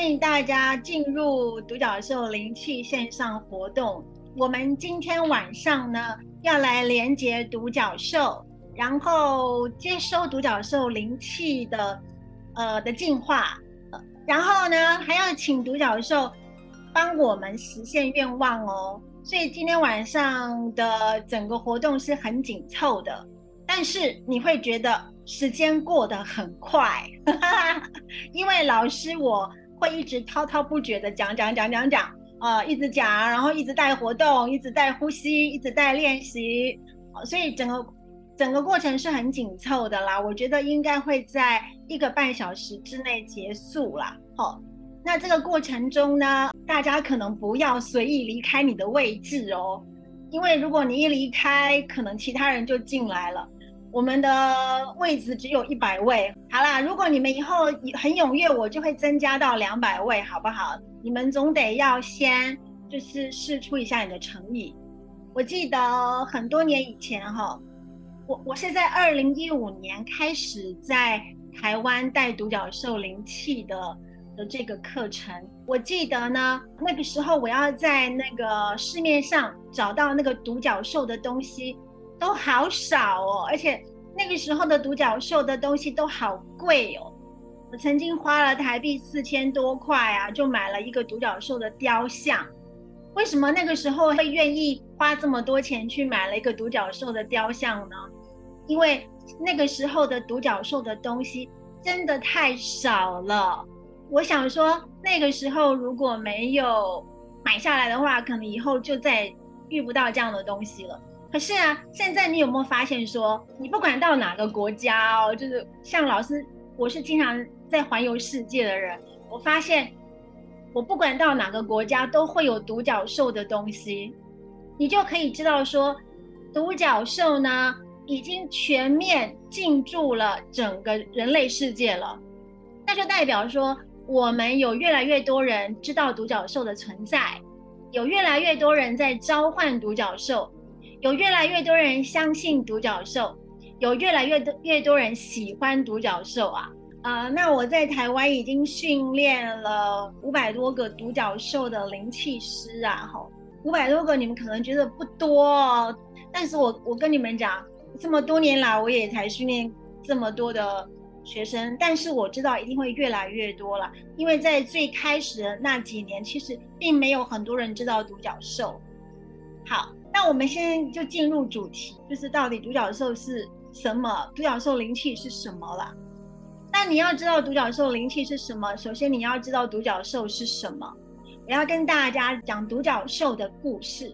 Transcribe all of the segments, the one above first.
欢迎大家进入独角兽灵气线上活动。我们今天晚上呢，要来连接独角兽，然后接收独角兽灵气的净化，然后呢，还要请独角兽帮我们实现愿望哦。所以今天晚上的整个活动是很紧凑的，但是你会觉得时间过得很快，因为老师我会一直滔滔不绝的讲，一直讲，然后一直带活动，一直带呼吸，一直带练习，所以整个过程是很紧凑的啦。我觉得应该会在1个半小时之内结束啦。那这个过程中呢，大家可能不要随意离开你的位置哦，因为如果你一离开，可能其他人就进来了。我们的位置只有100位，好啦，如果你们以后很踊跃，我就会增加到200位，好不好？你们总得要先就是试出一下你的诚意。我记得很多年以前我是在2015年开始在台湾带独角兽灵气的这个课程。我记得呢，那个时候我要在那个市面上找到那个独角兽的东西都好少哦，而且那个时候的独角兽的东西都好贵哦。我曾经花了台币4000多块啊，就买了一个独角兽的雕像。为什么那个时候会愿意花这么多钱去买了一个独角兽的雕像呢？因为那个时候的独角兽的东西真的太少了。我想说那个时候如果没有买下来的话，可能以后就再遇不到这样的东西了。可是啊，现在你有没有发现说，你不管到哪个国家哦，就是像老师，我是经常在环游世界的人，我发现我不管到哪个国家都会有独角兽的东西，你就可以知道说，独角兽呢已经全面进驻了整个人类世界了。那就代表说，我们有越来越多人知道独角兽的存在，有越来越多人在召唤独角兽，有越来越多人相信独角兽，有越来越多人喜欢独角兽啊。那我在台湾已经训练了500多个独角兽的灵气师啊，500多个你们可能觉得不多哦，但是我跟你们讲，这么多年来我也才训练这么多的学生，但是我知道一定会越来越多了，因为在最开始的那几年，其实并没有很多人知道独角兽。好，那我们现在就进入主题，就是到底独角兽是什么，独角兽灵气是什么了。那你要知道独角兽灵气是什么，首先你要知道独角兽是什么。我要跟大家讲独角兽的故事。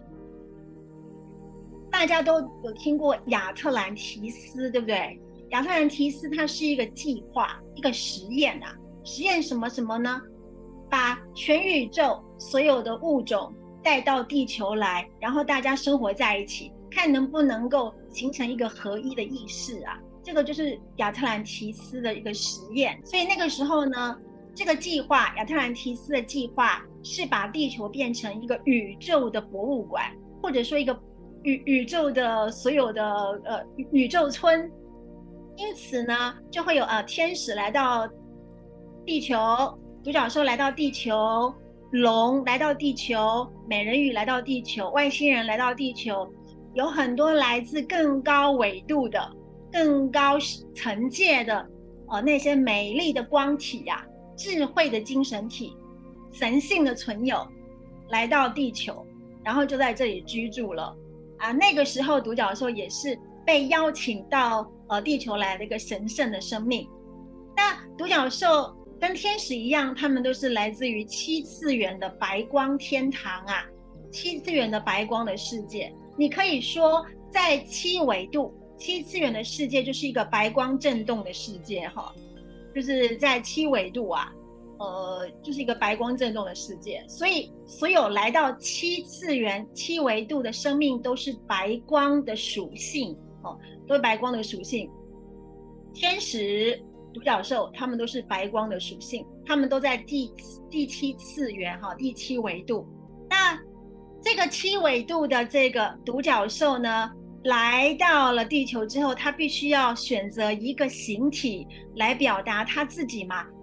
大家都有听过亚特兰提斯，对不对？亚特兰提斯它是一个计划，一个实验啊。实验什么呢？把全宇宙所有的物种带到地球来，然后大家生活在一起，看能不能够形成一个合一的意识啊。这个就是亚特兰提斯的一个实验。所以那个时候呢，这个计划，亚特兰提斯的计划是把地球变成一个宇宙的博物馆，或者说一个宇宙的所有的宇宙村。因此呢，就会有天使来到地球，独角兽来到地球，龙来到地球，美人鱼来到地球，外星人来到地球，有很多来自更高纬度的、更高层界的那些美丽的光体呀、智慧的精神体、神性的存有来到地球，然后就在这里居住了啊。那个时候独角兽也是被邀请到地球来的一个神圣的生命。那独角兽跟天使一样，他们都是来自于7次元的白光天堂啊，7次元的白光的世界。你可以说在7纬度7次元的世界就是一个白光震动的世界就是在7纬度啊就是一个白光震动的世界。所以所有来到7次元7纬度的生命都是白光的属性都是白光的属性。天使、独角兽他们都是白光的属性，他们都在第7次元第7纬度。那这个7纬度的这个独角兽呢，来到了地球之后，他必须要选择一个形体来表达他自己嘛，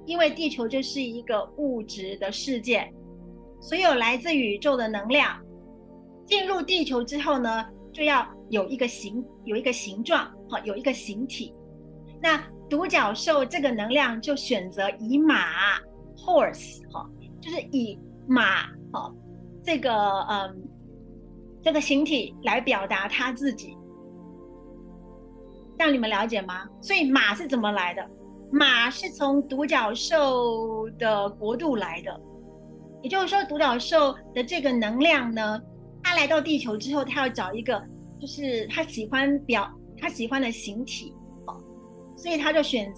因为地球就是一个物质的世界，所有来自宇宙的能量进入地球之后呢，就要有一个形状，有一个形体。那独角兽这个能量就选择以马 horse 就是以马这个形体来表达它自己，让你们了解吗？所以马是怎么来的？马是从独角兽的国度来的，也就是说独角兽的这个能量呢，它来到地球之后，它要找一个就是它喜欢的形体，所以他就选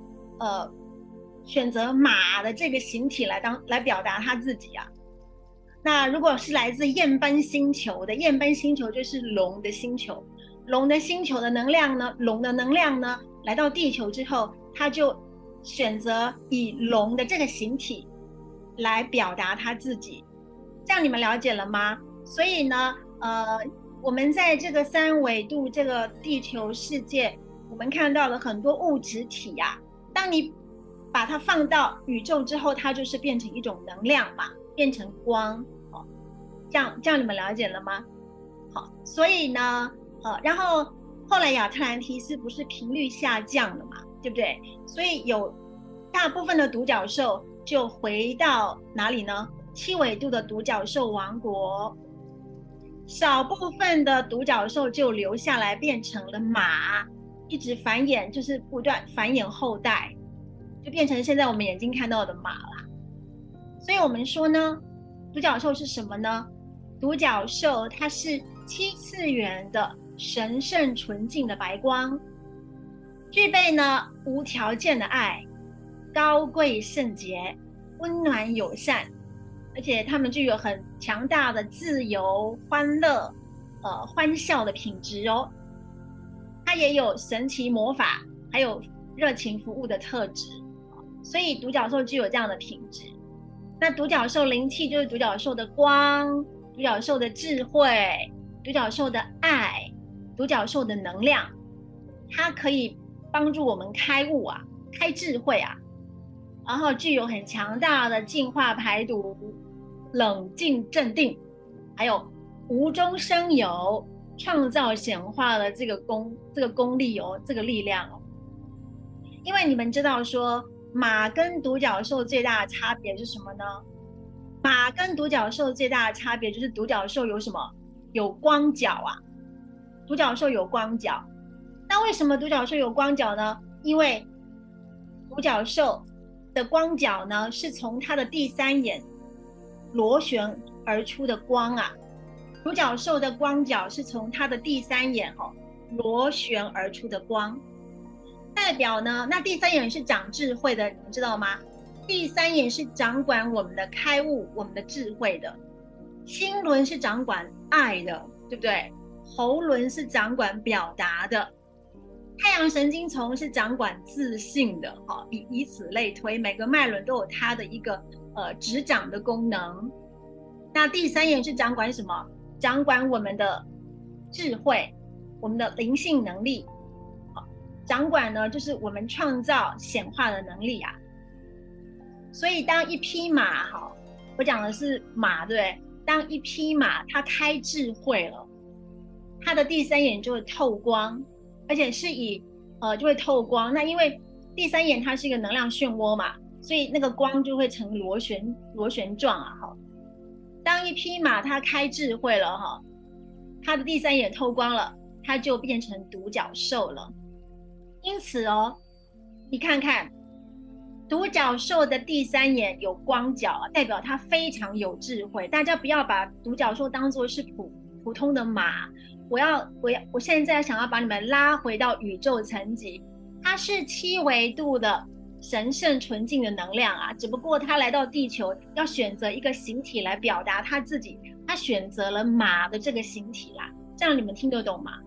择马的这个形体来表达他自己啊。那如果是来自燕奔星球的，燕奔星球就是龙的星球，龙的星球的能量呢，来到地球之后，他就选择以龙的这个形体来表达他自己。这样你们了解了吗？所以呢，我们在这个3维度这个地球世界，我们看到了很多物质体啊，当你把它放到宇宙之后，它就是变成一种能量嘛，变成光。这样你们了解了吗？好，所以呢，然后后来亚特兰提斯不是频率下降了嘛，对不对？所以有大部分的独角兽就回到哪里呢？7维度的独角兽王国，少部分的独角兽就留下来变成了马，一直繁衍，就是不断繁衍后代，就变成现在我们眼睛看到的马啦。所以我们说呢，独角兽是什么呢？独角兽它是7次元的神圣纯净的白光，具备呢无条件的爱，高贵圣洁，温暖友善，而且他们具有很强大的自由、欢乐、欢笑的品质哦。它也有神奇魔法，还有热情服务的特质，所以独角兽具有这样的品质。那独角兽灵气就是独角兽的光，独角兽的智慧，独角兽的爱，独角兽的能量，它可以帮助我们开悟啊，开智慧啊，然后具有很强大的净化排毒、冷静镇定，还有无中生有、创造显化的这个功力哦，这个力量哦。因为你们知道说，马跟独角兽最大的差别是什么呢？马跟独角兽最大的差别就是独角兽有什么？有光角啊，独角兽有光角。那为什么独角兽有光角呢？因为独角兽的光角呢，是从它的第3眼螺旋而出的光啊。独角兽的光角是从它的第3眼螺旋而出的光，代表呢，那第3眼是长智慧的，你们知道吗？第3眼是掌管我们的开悟、我们的智慧的，心轮是掌管爱的，对不对？喉轮是掌管表达的，太阳神经丛是掌管自信的，以此类推，每个脉轮都有它的一个执掌的功能。那第3眼是掌管什么？掌管我们的智慧，我们的灵性能力，掌管呢就是我们创造显化的能力啊。所以当一匹马，我讲的是马，对不对？当一匹马它开智慧了，它的第3眼就会透光，而且是就会透光。那因为第3眼它是一个能量漩涡嘛，所以那个光就会呈螺旋状啊。当一匹马它开智慧了，它的第3眼透光了，它就变成独角兽了。因此你看看独角兽的第3眼有光角，代表它非常有智慧。大家不要把独角兽当作是普通的马，我现在想要把你们拉回到宇宙层级，它是7维度的神圣纯净的能量啊，只不过它来到地球要选择一个形体来表达它自己，它选择了马的这个形体啦。这样你们听得懂吗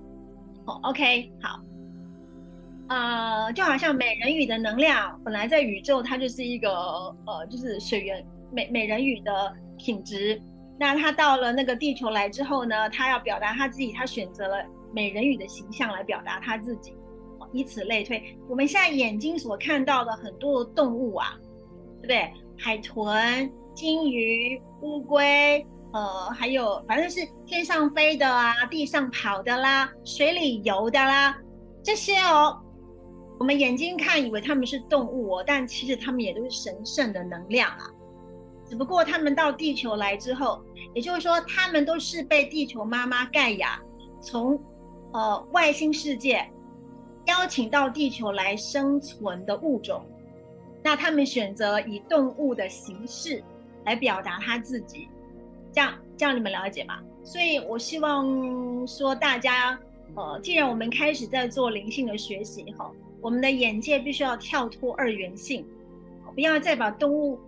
？OK， 好。就好像美人鱼的能量本来在宇宙它就是一个就是水源美人鱼的品质，那它到了那个地球来之后呢，它要表达它自己，它选择了美人鱼的形象来表达它自己，以此类推。我们现在眼睛所看到的很多的动物啊， 对不对？海豚、金鱼、乌龟，还有反正是天上飞的啊，地上跑的啦，水里游的啦，这些哦，我们眼睛看以为它们是动物哦，但其实它们也都是神圣的能量啊。只不过它们到地球来之后，也就是说，它们都是被地球妈妈盖亚从外星世界邀请到地球来生存的物种。那他们选择以动物的形式来表达他自己，这样你们了解吗？所以我希望说大家，既然我们开始在做灵性的学习哈，我们的眼界必须要跳脱二元性，不要再把动物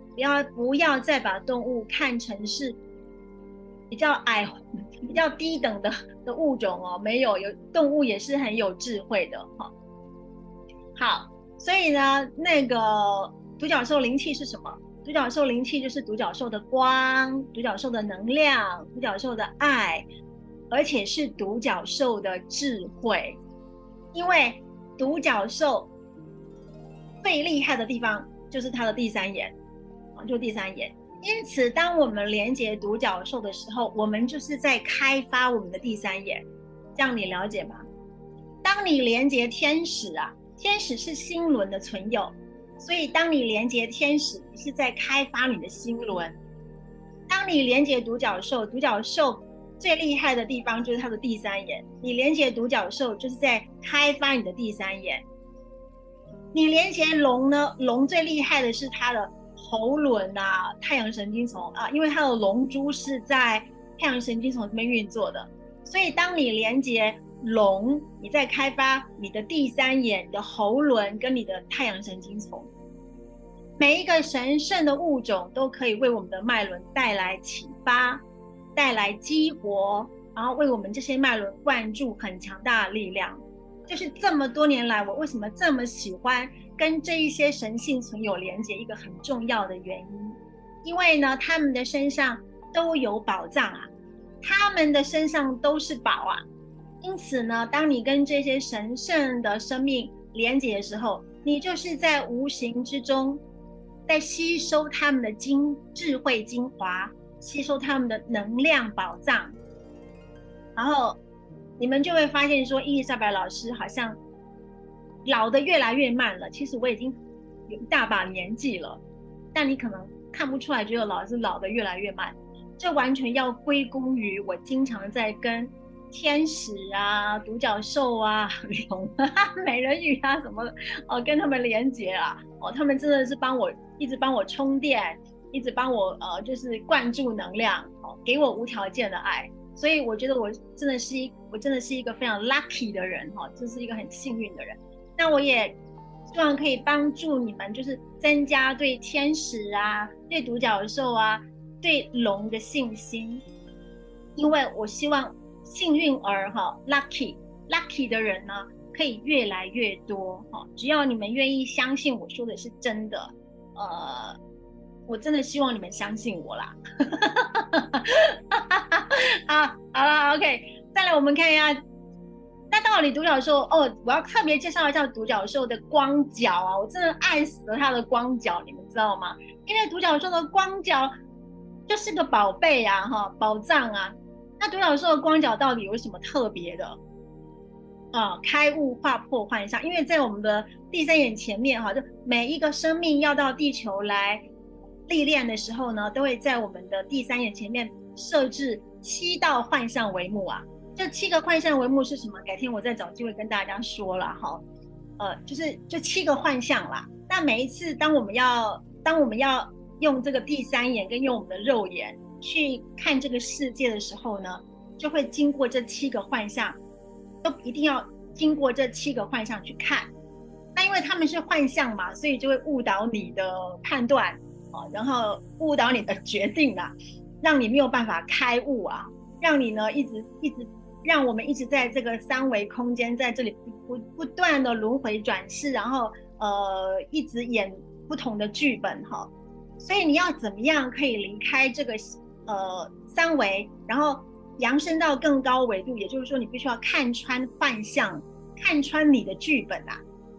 看成是比较矮、比较低等的物种哦，没有动物也是很有智慧的哈。好。所以呢，那个独角兽灵气是什么？独角兽灵气就是独角兽的光、独角兽的能量、独角兽的爱，而且是独角兽的智慧。因为独角兽最厉害的地方就是它的第三眼，就第三眼。因此，当我们连接独角兽的时候，我们就是在开发我们的第三眼。这样你了解吗？当你连接天使啊。天使是心轮的存有，所以当你连接天使，你是在开发你的心轮。当你连接独角兽，独角兽最厉害的地方就是它的第三眼，你连接独角兽就是在开发你的第三眼。你连接龙呢，龙最厉害的是它的喉轮啊，太阳神经丛啊，因为它的龙珠是在太阳神经丛这边运作的，所以当你连接龙，你在开发你的第三眼、你的喉轮跟你的太阳神经丛。每一个神圣的物种都可以为我们的脉轮带来启发、带来激活，然后为我们这些脉轮灌注很强大的力量。就是这么多年来，我为什么这么喜欢跟这一些神性存有连接，一个很重要的原因。因为呢，他们的身上都有宝藏啊，他们的身上都是宝啊。因此呢，当你跟这些神圣的生命连结的时候，你就是在无形之中在吸收他们的智慧精华，吸收他们的能量宝藏。然后你们就会发现说，伊丽莎白老师好像老得越来越慢了。其实我已经有一大把年纪了，但你可能看不出来，觉得老师老得越来越慢。这完全要归功于我经常在跟天使啊、独角兽啊、龙啊、美人鱼啊什么的，跟他们连接啊，他们真的是一直帮我充电，一直帮我就是灌注能量，给我无条件的爱。所以我觉得我真的是一个非常 lucky 的人，这是一个很幸运的人。那我也希望可以帮助你们，就是增加对天使啊、对独角兽啊、对龙的信心，因为我希望幸运儿lucky 的人呢可以越来越多，只要你们愿意相信我说的是真的，我真的希望你们相信我啦。好了 OK， 再来我们看一下，那到底独角兽我要特别介绍一下独角兽的光角啊，我真的爱死了它的光角，你们知道吗？因为独角兽的光角就是个宝贝啊，宝藏啊。那独角兽的光角到底有什么特别的？开悟划破幻象，因为在我们的第三眼前面就每一个生命要到地球来历练的时候呢，都会在我们的第三眼前面设置7道幻象帷幕啊。这7个幻象帷幕是什么？改天我再找机会跟大家说了哈。就7个幻象啦。那每一次当我们要用这个第三眼跟用我们的肉眼去看这个世界的时候呢，就会经过这7个幻象，都一定要经过这7个幻象去看。那因为他们是幻象嘛，所以就会误导你的判断，然后误导你的决定啊，让你没有办法开悟啊，让你呢让我们一直在这个三维空间，在这里不断的轮回转世，然后一直演不同的剧本哈。所以你要怎么样可以离开这个三维，然后扬升到更高维度，也就是说你必须要看穿幻象，看穿你的剧本啊。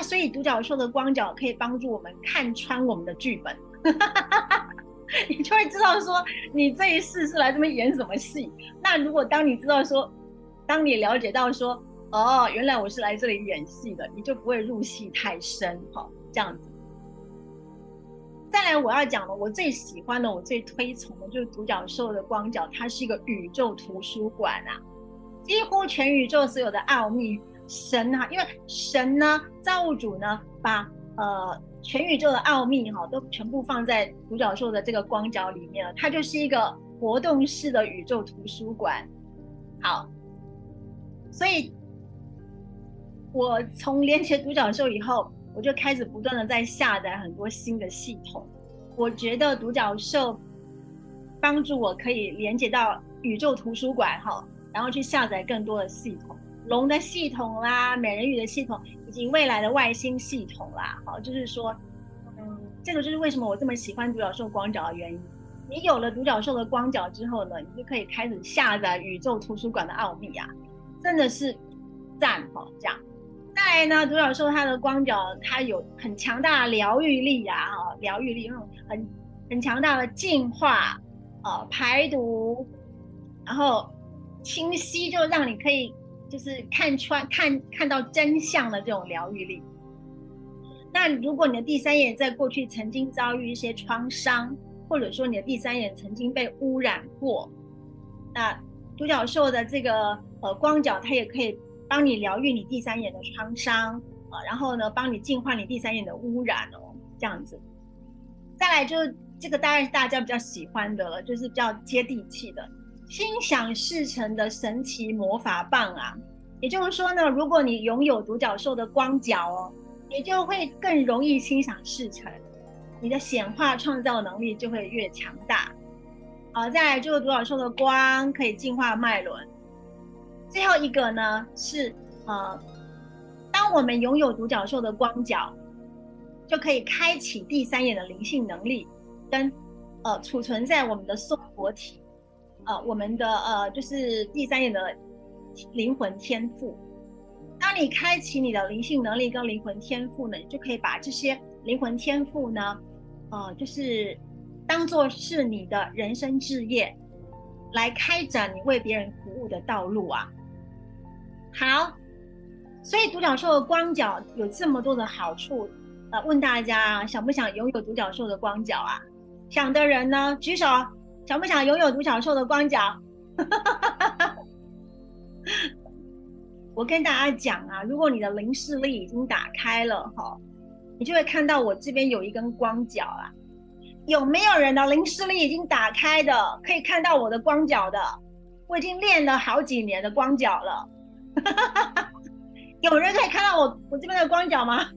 那所以独角兽的光角可以帮助我们看穿我们的剧本。你就会知道说你这一世是来这边演什么戏。那如果当你知道说，当你了解到说，哦，原来我是来这里演戏的，你就不会入戏太深，这样子。再来我要讲的，我最喜欢的，我最推崇的就是独角兽的光角，它是一个宇宙图书馆啊，几乎全宇宙所有的奥秘，神啊，因为神呢，造物主呢，把全宇宙的奥秘都全部放在独角兽的这个光角里面了，它就是一个活动式的宇宙图书馆。好，所以我从连接独角兽以后，我就开始不断的在下载很多新的系统。我觉得独角兽帮助我可以连接到宇宙图书馆然后去下载更多的系统，龙的系统啦，美人鱼的系统，以及未来的外星系统啦。就是说，这个就是为什么我这么喜欢独角兽光角的原因。你有了独角兽的光角之后呢，你就可以开始下载宇宙图书馆的奥秘啊，真的是赞这样。再来呢，独角兽它的光角，它有很强大的疗愈力啊，疗愈力那种很强大的净化，排毒，然后清晰，就让你可以就是看到真相的这种疗愈力。那如果你的第三眼在过去曾经遭遇一些创伤，或者说你的第三眼曾经被污染过，那独角兽的这个光角，它也可以帮你疗愈你第三眼的创伤然后呢，帮你净化你第三眼的污染这样子。再来就是这个大概是大家比较喜欢的了，就是比较接地气的心想事成的神奇魔法棒啊。也就是说呢，如果你拥有独角兽的光角你就会更容易心想事成，你的显化创造能力就会越强大。再来就是独角兽的光可以净化脉轮。最后一个呢是当我们拥有独角兽的光角，就可以开启第三眼的灵性能力，跟储存在我们的松果体，我们的就是第三眼的灵魂天赋。当你开启你的灵性能力跟灵魂天赋呢，你就可以把这些灵魂天赋呢，就是当作是你的人生志业，来开展你为别人服务的道路啊。好，所以独角兽的光角有这么多的好处，问大家想不想拥有独角兽的光角啊？想的人呢举手，想不想拥有独角兽的光角？我跟大家讲啊，如果你的灵视力已经打开了你就会看到我这边有一根光角啦。有没有人的灵视力已经打开的，可以看到我的光角的？我已经练了好几年的光角了。有人可以看到我这边的光角吗？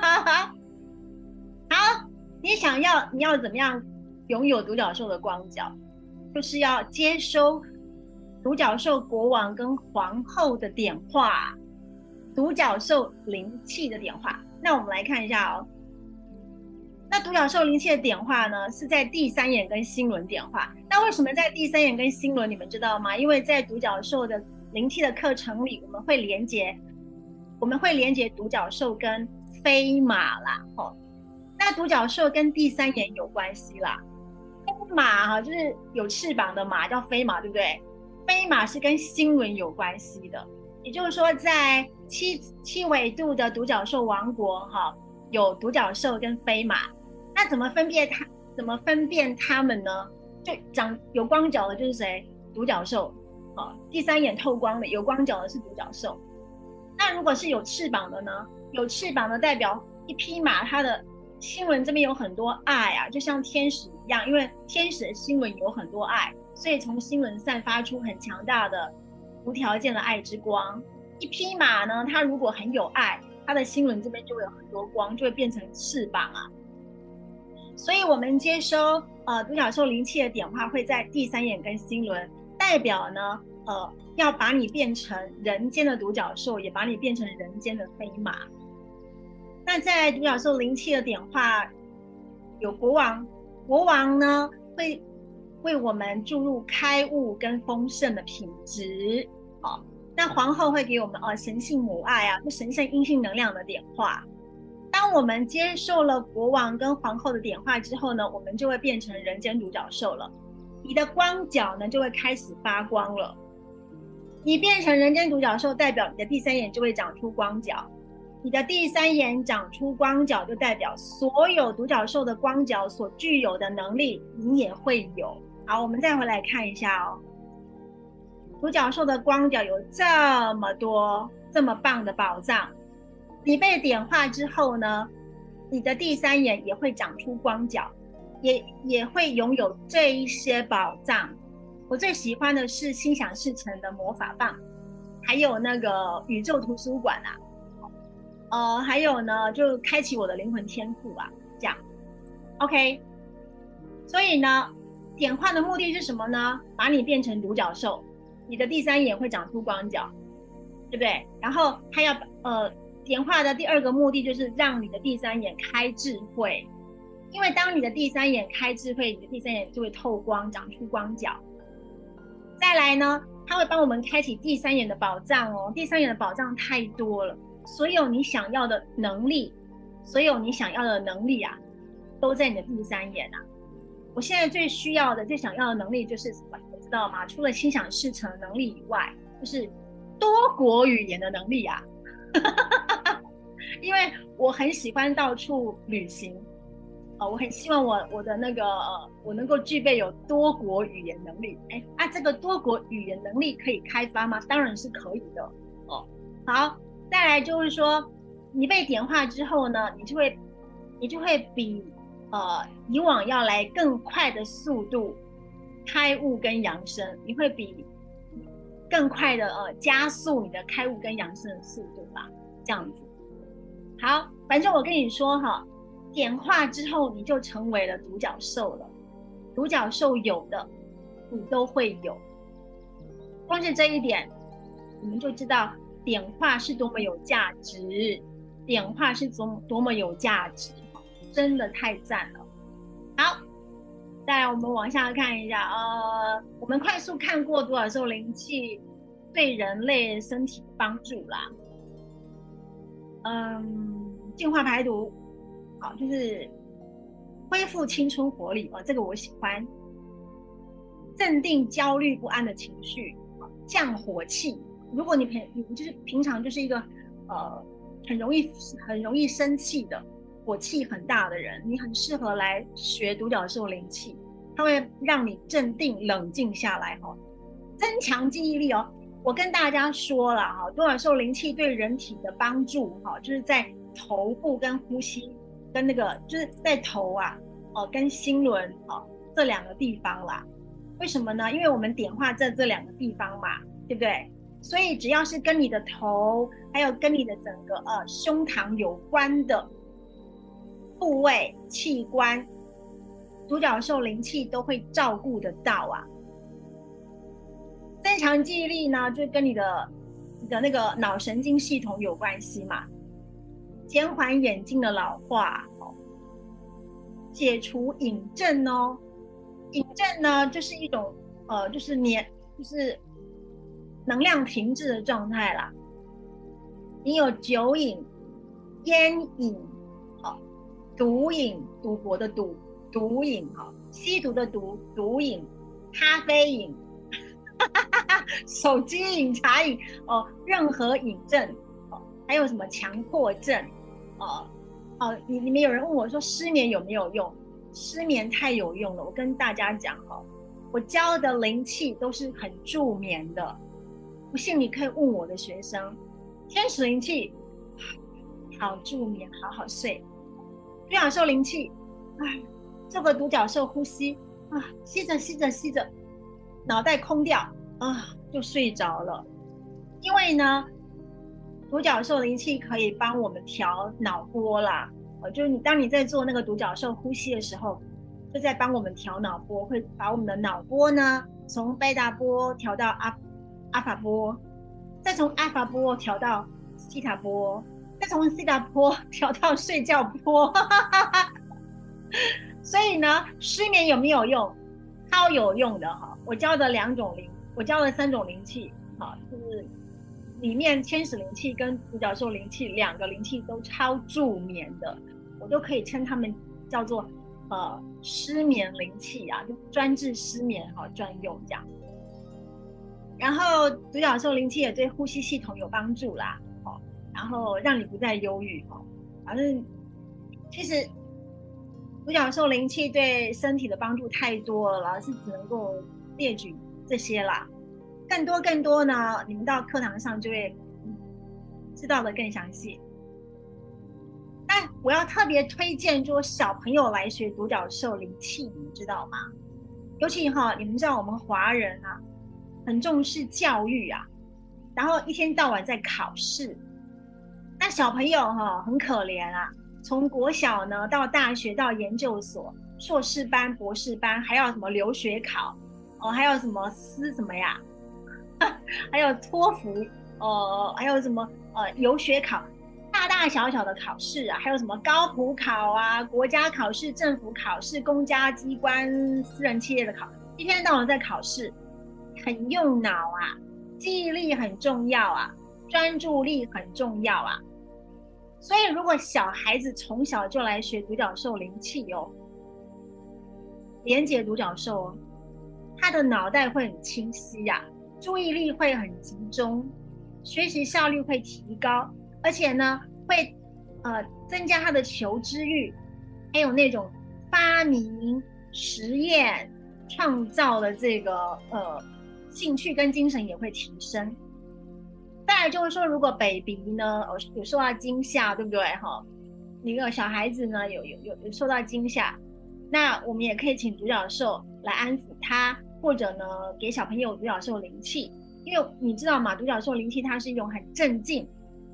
好，你要怎么样拥有独角兽的光角？就是要接收独角兽国王跟皇后的点化，独角兽灵气的点化。那我们来看一下那独角兽灵气的点化呢，是在第三眼跟心轮点化。那为什么在第三眼跟心轮，你们知道吗？因为在独角兽的灵气的课程里，我们会连接独角兽跟飞马啦。那独角兽跟第三眼有关系啦。飞马就是有翅膀的马叫飞马，对不对？飞马是跟心轮有关系的，也就是说在七纬度的独角兽王国有独角兽跟飞马。那怎么分辨它们呢？就长有光角的就是谁？独角兽。第三眼透光的有光角的是独角兽。那如果是有翅膀的呢？有翅膀的代表一匹马，它的心轮这边有很多爱啊，就像天使一样，因为天使的心轮有很多爱，所以从心轮散发出很强大的无条件的爱之光。一匹马呢，它如果很有爱，它的心轮这边就会有很多光，就会变成翅膀啊。所以我们接收独角兽灵气的点化会在第三眼跟心轮，代表呢要把你变成人间的独角兽，也把你变成人间的飞马。那在独角兽灵气的点化，有国王，国王呢会为我们注入开悟跟丰盛的品质。那皇后会给我们神性母爱啊，就神圣阴性能量的点化。 当我们接受了国王跟皇后的点化之后呢，我们就会变成人间独角兽了。你的光角呢就会开始发光了。你变成人间独角兽，代表你的第三眼就会长出光角。你的第三眼长出光角，就代表所有独角兽的光角所具有的能力，你也会有。好，我们再回来看一下哦。独角兽的光角有这么多，这么棒的宝藏。你被点化之后呢，你的第三眼也会长出光角，也会拥有这一些宝藏。我最喜欢的是心想事成的魔法棒，还有那个宇宙图书馆啊，还有呢，就开启我的灵魂天赋啊，这样 ，OK。所以呢，点化的目的是什么呢？把你变成独角兽，你的第三眼会长出光角，对不对？然后它要点化的第二个目的就是让你的第三眼开智慧，因为当你的第三眼开智慧，你的第三眼就会透光，长出光角。再来呢，它会帮我们开启第三眼的宝藏哦。第三眼的宝藏太多了，所有你想要的能力，啊，都在你的第三眼啊。我现在最需要的、最想要的能力就是什么？你知道吗？除了心想事成的能力以外，就是多国语言的能力啊。因为我很喜欢到处旅行。我很希望我的那个我能够具备有多国语言能力。这个多国语言能力可以开发吗？当然是可以的哦。好，再来就是说，你被点化之后呢，你就会比以往要来更快的速度开悟跟扬升，你会比更快的加速你的开悟跟扬升的速度吧，这样子。好，反正我跟你说哈。点化之后，你就成为了独角兽了。独角兽有的，你都会有。光是这一点，你们就知道点化是多么有价值。点化是多么有价值，真的太赞了。好，再来我们往下看一下。我们快速看过独角兽灵气对人类身体的帮助啦。净化排毒。好，就是恢复青春活力这个我喜欢。镇定焦虑不安的情绪，降火气。如果你就是平常就是一个很容易生气的，火气很大的人，你很适合来学独角兽灵气，它会让你镇定冷静下来增强记忆力哦。我跟大家说了独角兽灵气对人体的帮助就是在头部跟呼吸。跟那个就是在头跟心轮这两个地方啦。为什么呢？因为我们点化这两个地方嘛，对不对？所以只要是跟你的头，还有跟你的整个胸膛有关的部位器官，独角兽灵气都会照顾得到啊。增强记忆力呢，就跟你的那个脑神经系统有关系嘛。减缓眼睛的老化，解除隐症哦。隐症呢，就是一种就是能量停滞的状态啦。你有酒瘾、烟瘾、毒瘾、赌博的毒瘾吸毒的毒瘾、咖啡瘾、手机瘾、茶瘾任何瘾症还有什么强迫症。你们有人问我说失眠有没有用？失眠太有用了。我跟大家讲我教的灵气都是很助眠的，不信你可以问我的学生。天使灵气好助眠，好好睡。独角兽灵气这个独角兽呼吸吸着脑袋空掉就睡着了。因为呢独角兽灵气可以帮我们调脑波啦，就是当你在做那个独角兽呼吸的时候，就在帮我们调脑波，会把我们的脑波呢从贝塔波调到阿法波，再从阿法波调到西塔波，再从西塔波调到睡觉波。所以呢，失眠有没有用？超有用的我教的3种灵气就是里面天使灵气跟独角兽灵气两个灵气都超助眠的，我都可以称他们叫做失眠灵气啊，就专治失眠专用这样。然后独角兽灵气也对呼吸系统有帮助啦，然后让你不再忧郁反正其实独角兽灵气对身体的帮助太多了，老师只能够列举这些啦。更多呢，你们到课堂上就会知道的更详细。但我要特别推荐，就是小朋友来学独角兽灵气，你们知道吗？尤其你们知道我们华人啊，很重视教育啊，然后一天到晚在考试。那小朋友很可怜啊，从国小呢到大学到研究所、硕士班、博士班，还要什么留学考还有什么什么呀，还有托福还有什么游学考，大大小小的考试啊，还有什么高普考啊、国家考试、政府考试、公家机关、私人企业的考，一天到晚在考试，很用脑啊，记忆力很重要啊，专注力很重要啊。所以如果小孩子从小就来学独角兽灵气连接独角兽他的脑袋会很清晰啊，注意力会很集中，学习效率会提高，而且呢会增加他的求知欲，还有那种发明、实验、创造的这个兴趣跟精神也会提升。再来就是说，如果 baby 呢有受到惊吓，对不对一个小孩子呢有受到惊吓，那我们也可以请独角兽来安抚他，或者呢给小朋友独角兽灵气，因为你知道嘛，独角兽灵气它是一种很镇定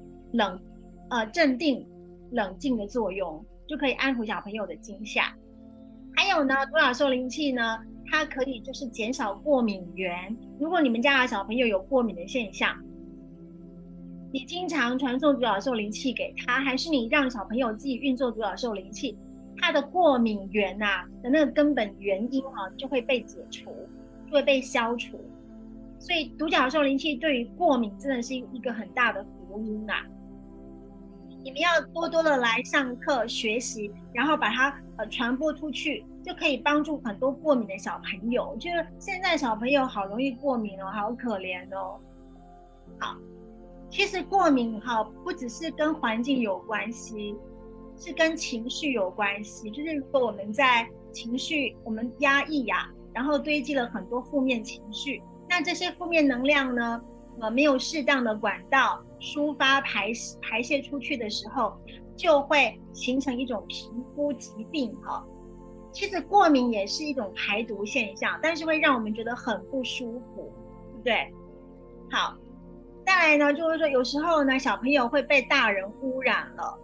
冷静的作用，就可以安抚小朋友的惊吓。还有呢，独角兽灵气呢，它可以就是减少过敏源。如果你们家的小朋友有过敏的现象，你经常传送独角兽灵气给他，还是你让小朋友自己运作独角兽灵气，他的过敏源的那个根本原因就会被解除，就会被消除。所以独角兽灵气对于过敏真的是一个很大的福音啊！你们要多多的来上课学习，然后把它传播出去，就可以帮助很多过敏的小朋友。我觉得现在小朋友好容易过敏好可怜哦。好。其实过敏不只是跟环境有关系，是跟情绪有关系。就是如果我们在情绪我们压抑然后堆积了很多负面情绪，那这些负面能量呢没有适当的管道抒发排泄出去的时候，就会形成一种皮肤疾病其实过敏也是一种排毒现象，但是会让我们觉得很不舒服，对不对？好。再来呢，就是说有时候呢，小朋友会被大人污染了，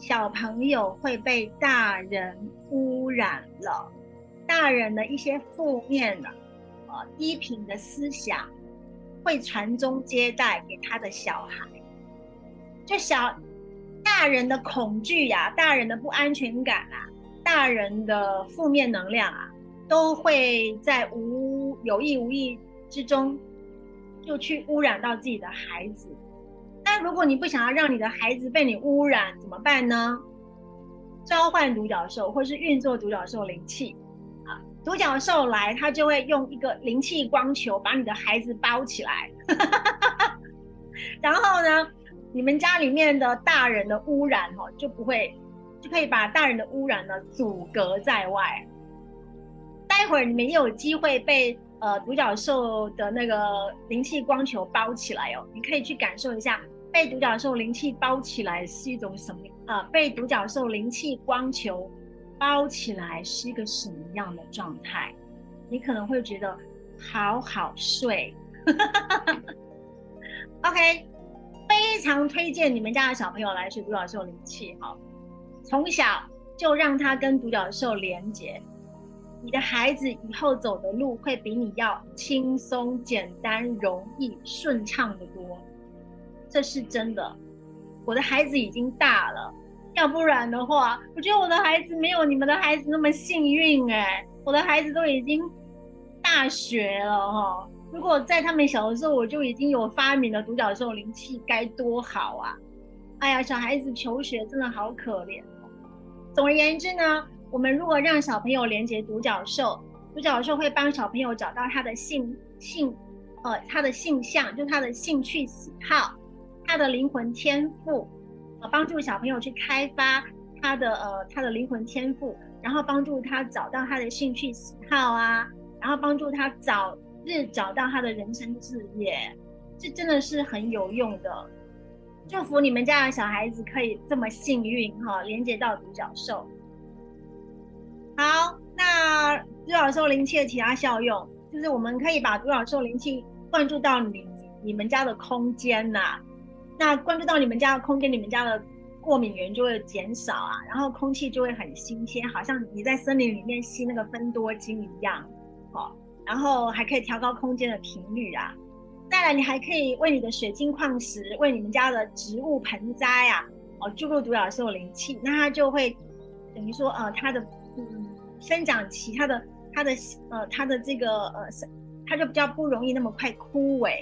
大人的一些负面的低频的思想会传宗接代给他的小孩，就大人的恐惧大人的不安全感大人的负面能量都会在有意无意之中就去污染到自己的孩子。那如果你不想要让你的孩子被你污染怎么办呢？召唤独角兽或是运作独角兽灵气独角兽来它就会用一个灵气光球把你的孩子包起来然后呢你们家里面的大人的污染就可以把大人的污染呢阻隔在外。待会儿你们也有机会被独角兽的那个灵气光球包起来你可以去感受一下被独角兽灵气包起来是一种什么被独角兽灵气光球包起来是一个什么样的状态。你可能会觉得好好睡OK， 非常推荐你们家的小朋友来学独角兽灵气从小就让他跟独角兽连结，你的孩子以后走的路会比你要轻松、简单、容易、顺畅的多，这是真的。我的孩子已经大了，要不然的话，我觉得我的孩子没有你们的孩子那么幸运我的孩子都已经大学了如果在他们小的时候我就已经有发明了独角兽灵气，该多好啊！哎呀，小孩子求学真的好可怜。总而言之呢，我们如果让小朋友连接独角兽，独角兽会帮小朋友找到他的他的性向，就是他的兴趣喜好，他的灵魂天赋，帮助小朋友去开发他的灵魂天赋，然后帮助他找到他的兴趣喜好啊，然后帮助他早日找到他的人生志业，这真的是很有用的。祝福你们家的小孩子可以这么幸运哈，连接到独角兽。好，那独角兽灵气的其他效用，就是我们可以把独角兽灵气灌注到你们家的空间呐、那灌注到你们家的空间，你们家的过敏源就会减少啊，然后空气就会很新鲜，好像你在森林里面吸那个芬多精一样，哦，然后还可以调高空间的频率啊。再来，你还可以为你的水晶矿石、为你们家的植物盆栽啊，注入独角兽灵气，那它就会等于说，它的生长期，它的这个它就比较不容易那么快枯萎，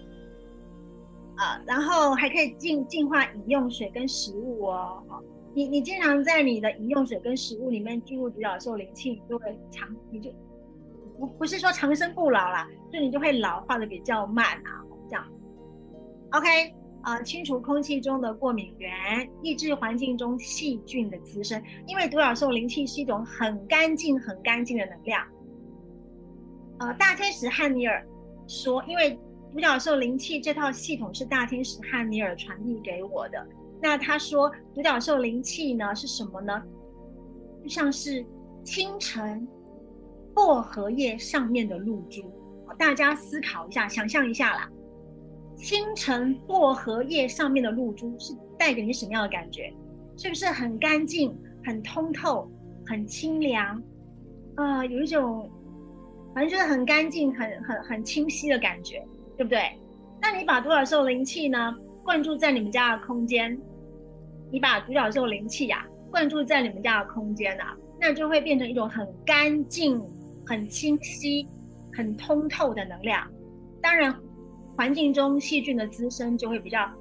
然后还可以净化饮用水跟食物哦。你经常在你的饮用水跟食物里面注入独角兽灵气，你就不是说长生不老啦，就你就会老化的比较慢啊，这样。OK，清除空气中的过敏源，抑制环境中细菌的滋生，因为独角兽灵气是一种很干净、很干净的能量。大天使汉尼尔说，因为独角兽灵气这套系统是大天使汉尼尔传递给我的。那他说，独角兽灵气呢是什么呢？就像是清晨薄荷叶上面的露珠。大家思考一下，想象一下啦。清晨薄荷叶上面的露珠是带给你什么样的感觉？是不是很干净、很通透、很清凉？有一种反正就是很干净、很清晰的感觉，对不对？那你把独角兽灵气呢灌注在你们家的空间，你把独角兽灵气灌注在你们家的空间那就会变成一种很干净、很清晰、很通透的能量。当然，环境中细菌的滋生就会比较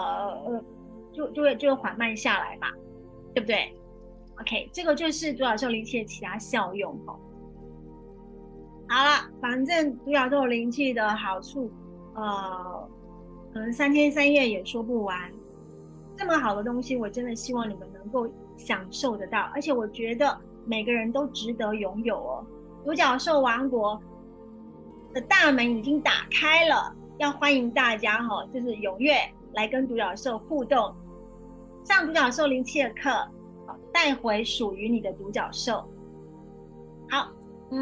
就会缓慢下来嘛，对不对 ？OK， 这个就是独角兽灵气的其他效用好了，反正独角兽灵气的好处，可能3天3夜也说不完。这么好的东西，我真的希望你们能够享受得到，而且我觉得每个人都值得拥有哦。独角兽王国的大门已经打开了，要欢迎大家就是踊跃来跟独角兽互动，上独角兽灵气的课，带回属于你的独角兽。好，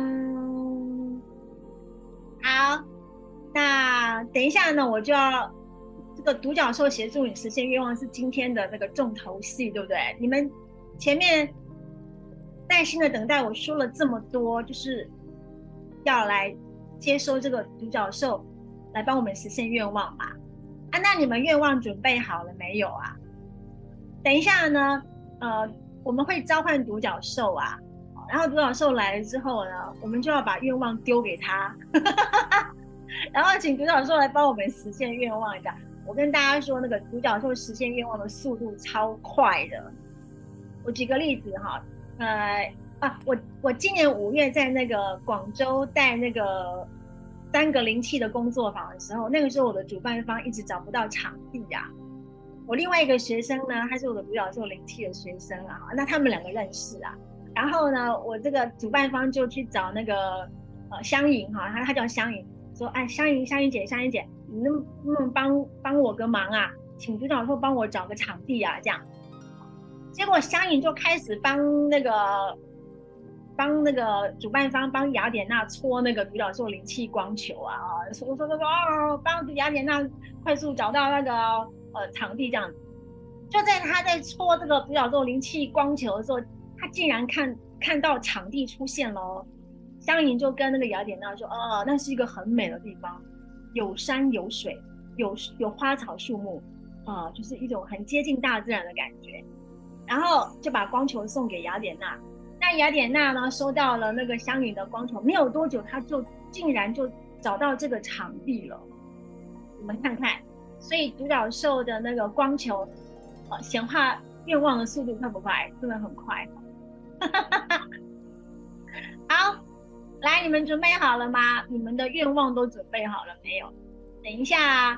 好，那等一下呢，我就要这个独角兽协助你实现愿望是今天的那个重头戏，对不对？你们前面耐心的等待我说了这么多，就是要来接收这个独角兽来帮我们实现愿望嘛？那你们愿望准备好了没有啊？等一下呢，我们会召唤独角兽然后独角兽来了之后呢，我们就要把愿望丢给他，然后请独角兽来帮我们实现愿望一下。我跟大家说，那个独角兽实现愿望的速度超快的。我举个例子我今年5月在那个广州带那个3个灵气的工作坊的时候，那个时候我的主办方一直找不到场地我另外一个学生呢，他是我的独角兽灵气的学生那他们2个认识然后呢，我这个主办方就去找那个香莹他叫香莹，说香莹姐，你能不能帮我个忙请独角兽帮我找个场地这样。结果香莹就开始帮那个主办方帮雅典娜搓那个独角兽灵气光球说帮雅典娜快速找到那个场地这样。就在他在搓这个独角兽灵气光球的时候，他竟然看到场地出现了香莹就跟那个雅典娜说那是一个很美的地方，有山有水，有花草树木就是一种很接近大自然的感觉。然后就把光球送给雅典娜。那雅典娜呢收到了那个香莹的光球，没有多久她就竟然就找到这个场地了。你们看看，所以独角兽的那个光球，显化愿望的速度快不快？真的很快。好，来，你们准备好了吗？你们的愿望都准备好了没有？等一下，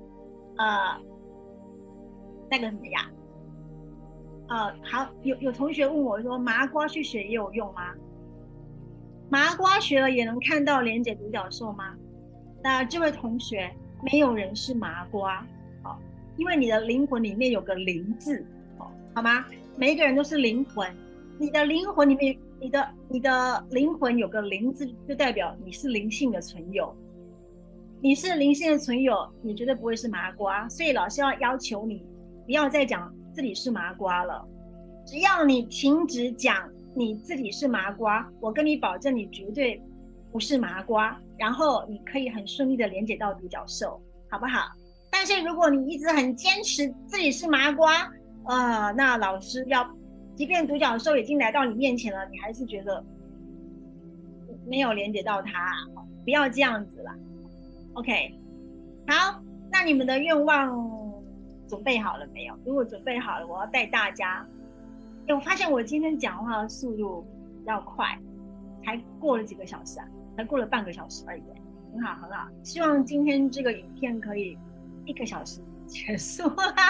那个什么呀？好，有同学问我说，麻瓜去学也有用吗？麻瓜学了也能看到连结独角兽吗？那这位同学，没有人是麻瓜，好，因为你的灵魂里面有个灵字，好吗？每一个人都是灵魂，你的灵魂里面，你的灵魂有个灵字，就代表你是灵性的存有。你是灵性的存有，你绝对不会是麻瓜，所以老师要求你不要再讲自己是麻瓜了。只要你停止讲你自己是麻瓜，我跟你保证，你绝对不是麻瓜。然后你可以很顺利的连接到独角兽，好不好？但是如果你一直很坚持自己是麻瓜，那老师要，即便独角兽已经来到你面前了，你还是觉得没有连接到它，不要这样子啦。OK，好，那你们的愿望准备好了没有？如果准备好了，我要带大家。我发现我今天讲话的速度比较快，才过了几个小时啊，才过了半个小时而已，很好很好。希望今天这个影片可以1个小时结束。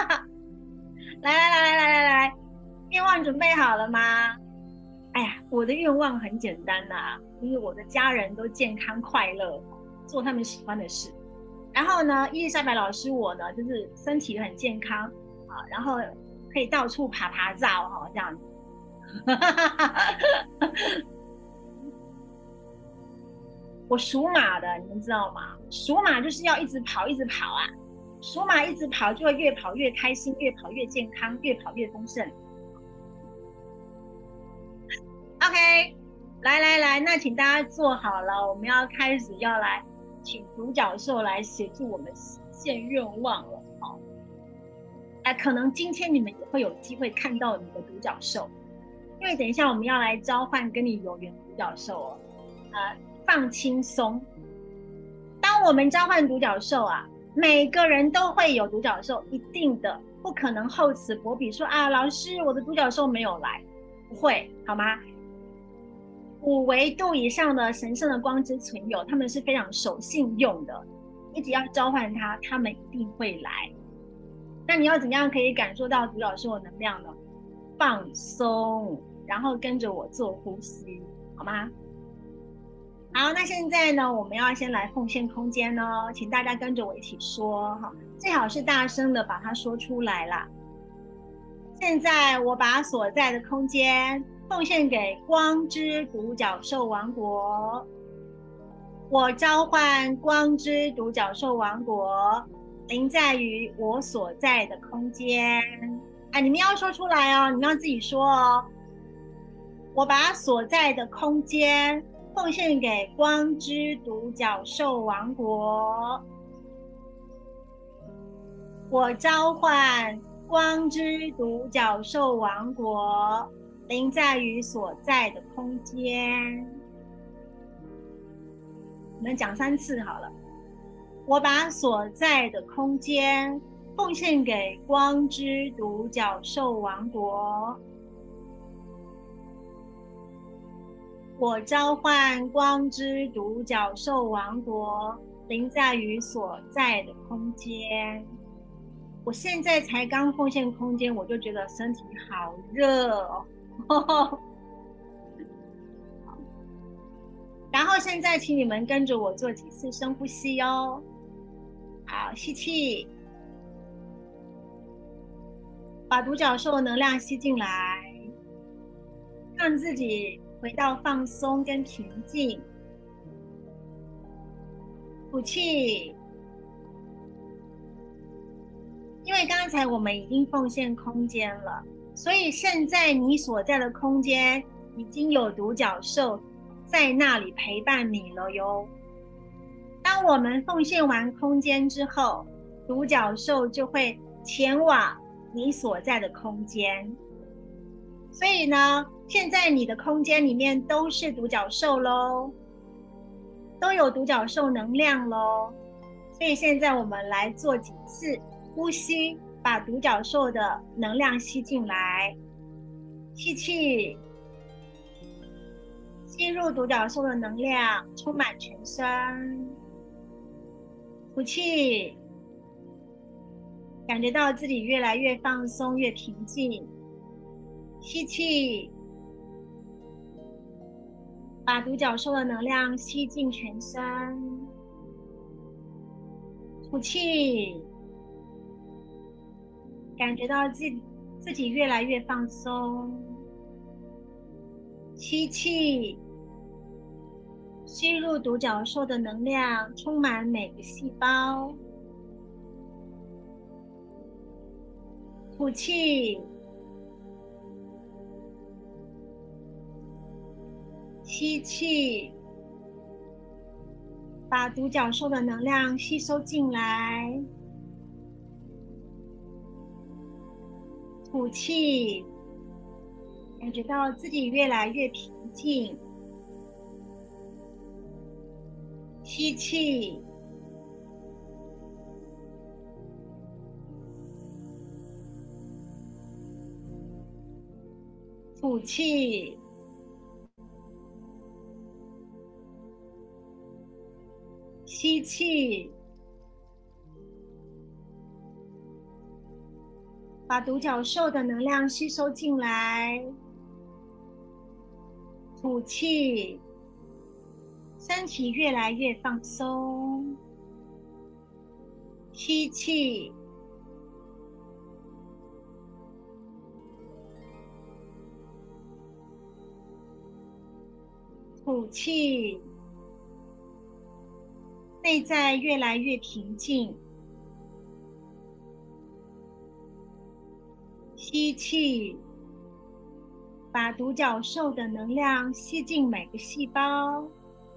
来，愿望准备好了吗？哎呀，我的愿望很简单呐，就是我的家人都健康快乐，做他们喜欢的事。然后呢，伊丽莎白老师我呢，就是身体很健康啊，然后可以到处爬爬照哈，这样子。我属马的，你们知道吗？属马就是要一直跑，一直跑啊！属马一直跑，就会越跑越开心，越跑越健康，越跑越丰盛。OK，来，那请大家坐好了，我们要开始要来请独角兽来协助我们实现愿望了。好，可能今天你们也会有机会看到你的独角兽，因为等一下我们要来召唤跟你有缘独角兽哦。放轻松。当我们召唤独角兽啊，每个人都会有独角兽，一定的，不可能厚此薄彼说啊，老师我的独角兽没有来，不会好吗？5维度以上的神圣的光之存有，他们是非常守信用的，你只要召唤他，他们一定会来。那你要怎样可以感受到独角兽的能量呢？放松，然后跟着我做呼吸，好吗？好，那现在呢，我们要先来奉献空间哦，请大家跟着我一起说哈，最好是大声的把它说出来啦。现在我把所在的空间奉献给光之独角兽王国，我召唤光之独角兽王国，临在于我所在的空间。你们要说出来哦，你们要自己说哦。我把所在的空间奉献给光之独角兽王国，我召唤光之独角兽王国，临在于所在的空间。我们讲3次好了。我把所在的空间奉献给光之独角兽王国，我召唤光之独角兽王国，临在于所在的空间。我现在才刚奉献空间，我就觉得身体好热哦。然后现在请你们跟着我做几次深呼吸哦。好，吸气，把独角兽的能量吸进来，让自己回到放松跟平静。吐气，因为刚才我们已经奉献空间了，所以现在你所在的空间已经有独角兽在那里陪伴你了哟。当我们奉献完空间之后，独角兽就会前往你所在的空间。所以呢，现在你的空间里面都是独角兽咯。 都有独角兽能量咯。所以现在我们来做几次呼吸，把独角兽的能量吸进来。吸气，吸入独角兽的能量，充满全身。吐气，感觉到自己越来越放松，越平静。吸气，把独角兽的能量吸进全身。吐气，感觉到自己越来越放松。吸气，吸入独角兽的能量，充满每个细胞。吐气，吸气，把独角兽的能量吸收进来。吐气，感觉到自己越来越平静。吸气，吐气，吸气，把独角兽的能量吸收进来。吐气，身体越来越放松。吸气，吐气，内在越来越平静。吸气，把独角兽的能量吸进每个细胞。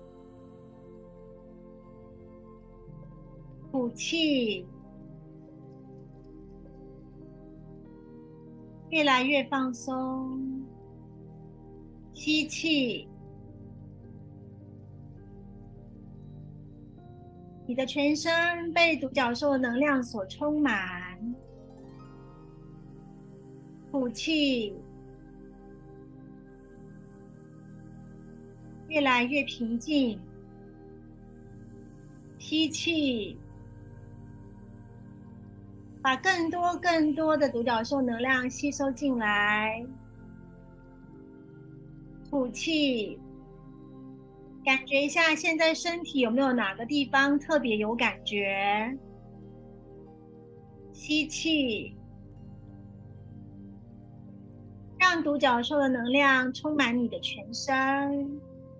吐气，越来越放松。吸气，你的全身被独角兽的能量所充满。吐气，越来越平静。吸气，把更多的独角兽能量吸收进来。吐气，感觉一下现在身体有没有哪个地方特别有感觉。吸气，让独角兽的能量充满你的全身。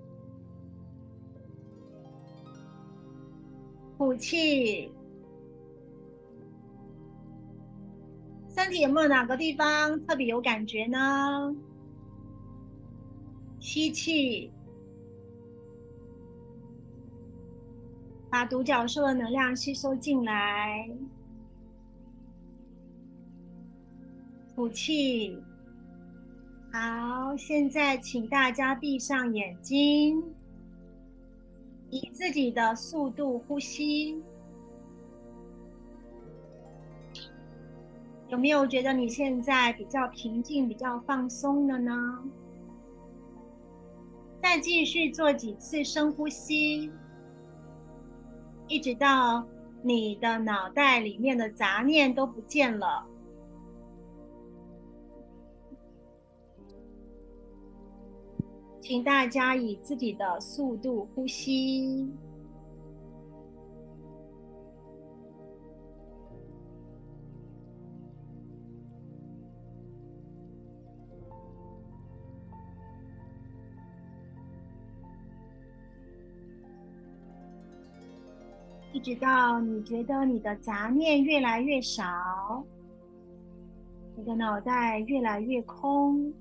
吐气，身体有没有哪个地方特别有感觉呢？吸气，把独角兽的能量吸收进来。吐气。好，现在请大家闭上眼睛，以自己的速度呼吸。有没有觉得你现在比较平静、比较放松了呢？再继续做几次深呼吸，一直到你的脑袋里面的杂念都不见了。请大家以自己的速度呼吸。一直到你觉得你的杂念越来越少，你的脑袋越来越空。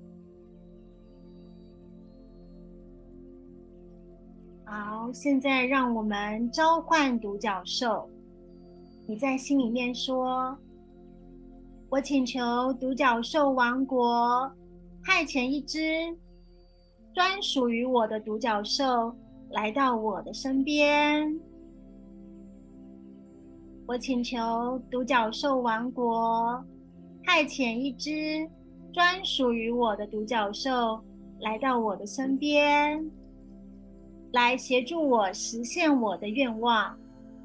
好，现在让我们召唤独角兽。你在心里面说：我请求独角兽王国派遣一只专属于我的独角兽来到我的身边。我请求独角兽王国派遣一只专属于我的独角兽来到我的身边，来协助我实现我的愿望。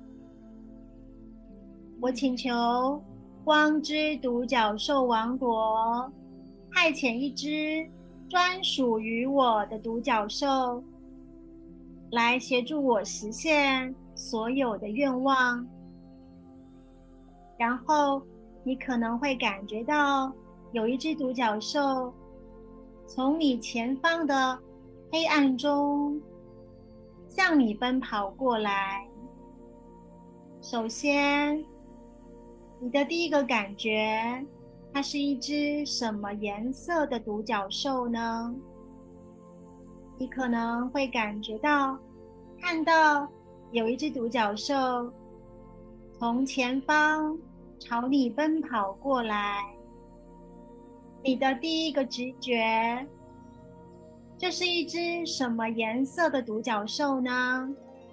我请求光之独角兽王国派遣一只专属于我的独角兽来协助我实现所有的愿望。然后你可能会感觉到有一只独角兽从你前方的黑暗中向你奔跑过来。首先，你的第一个感觉，它是一只什么颜色的独角兽呢？你可能会看到有一只独角兽从前方朝你奔跑过来。你的第一个直觉，这是一只什么颜色的独角兽呢？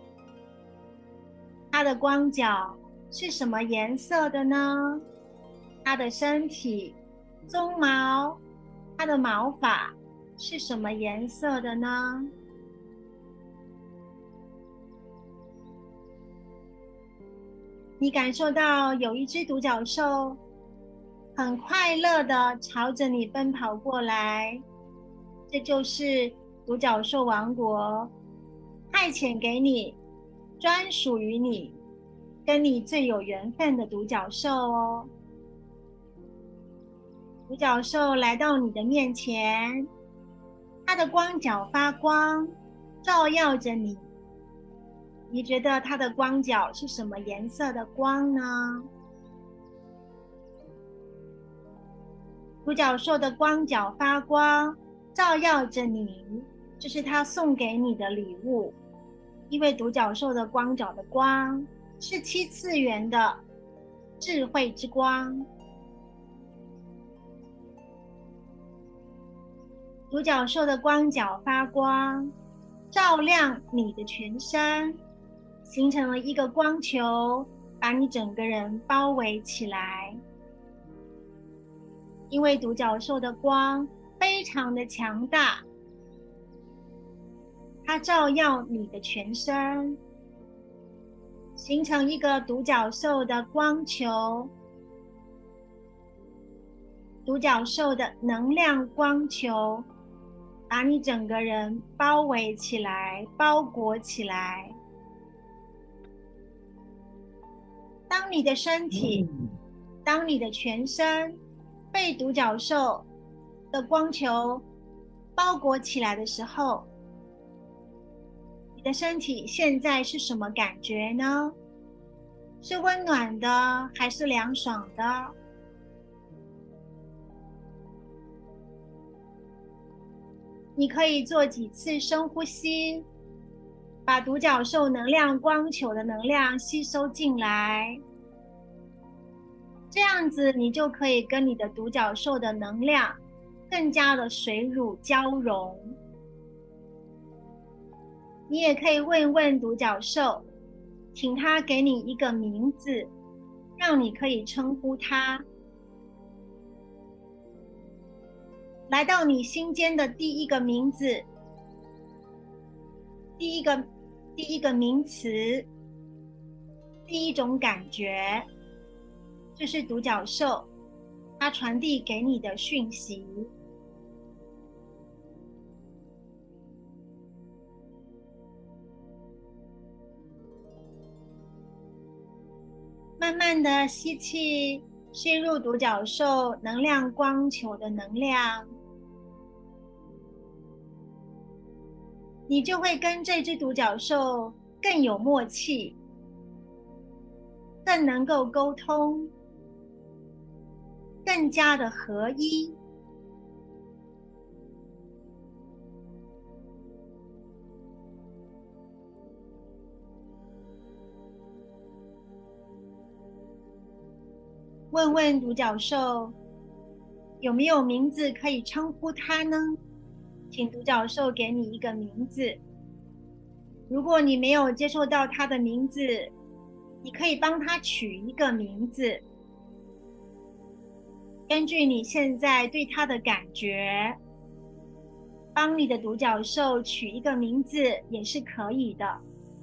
它的光角是什么颜色的呢？它的身体、鬃毛、它的毛发是什么颜色的呢？你感受到有一只独角兽很快乐地朝着你奔跑过来，这就是独角兽王国派遣给你专属于你跟你最有缘分的独角兽哦。独角兽来到你的面前，它的光角发光，照耀着你。你觉得它的光角是什么颜色的光呢？独角兽的光角发光，照耀着你，这是它送给你的礼物。因为独角兽的光角的光是7次元的智慧之光。独角兽的光角发光，照亮你的全身，形成了一个光球，把你整个人包围起来。因为独角兽的光非常的强大，它照耀你的全身，形成一个独角兽的光球，独角兽的能量光球，把你整个人包围起来，包裹起来。当你的身体，当你的全身被独角兽的光球包裹起来的时候，你的身体现在是什么感觉呢？是温暖的还是凉爽的？你可以做几次深呼吸，把独角兽能量光球的能量吸收进来。这样子你就可以跟你的独角兽的能量更加的水乳交融。你也可以问问独角兽，请它给你一个名字，让你可以称呼它。来到你心间的第一个名字，第一个名词，第一种感觉，这是独角兽它传递给你的讯息。慢慢的吸气，吸入独角兽能量光球的能量，你就会跟这只独角兽更有默契，更能够沟通，更加的合一。问问独角兽，有没有名字可以称呼它呢？请独角兽给你一个名字。 如果你没有接受到他的名字，你可以帮他取一个名字，根据你现在对他的感觉，帮你的独角兽取一个名字也是可以的。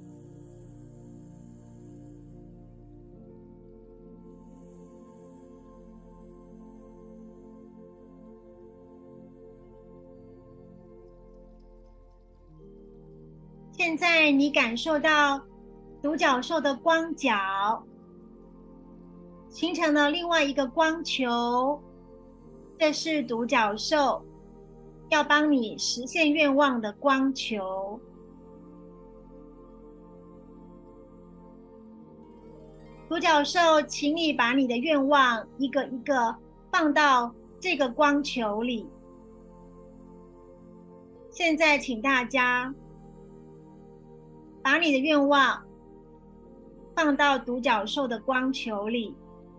现在你感受到独角兽的光角形成了另外一个光球，这是独角兽要帮你实现愿望的光球。独角兽，请你把你的愿望一个一个放到这个光球里。现在，请大家把你的愿望放到独角兽的光球里。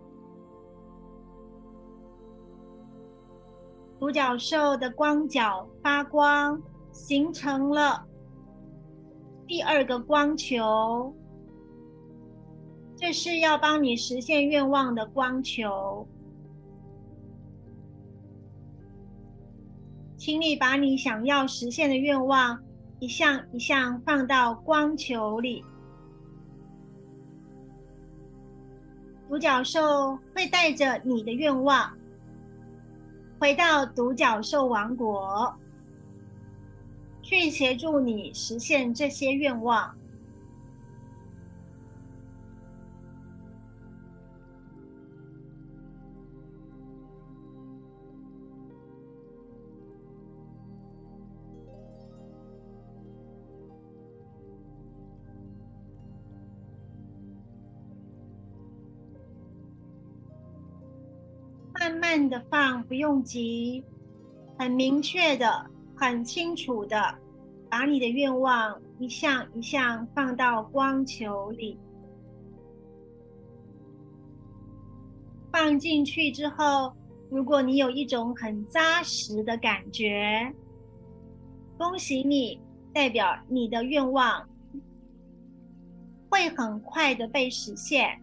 独角兽的光角发光，形成了第二个光球，这是要帮你实现愿望的光球。请你把你想要实现的愿望一项一项放到光球里。独角兽会带着你的愿望回到独角兽王国，去协助你实现这些愿望。慢慢的放，不用急，很明确的、很清楚的，把你的愿望一项一项放到光球里。放进去之后，如果你有一种很扎实的感觉，恭喜你，代表你的愿望会很快的被实现。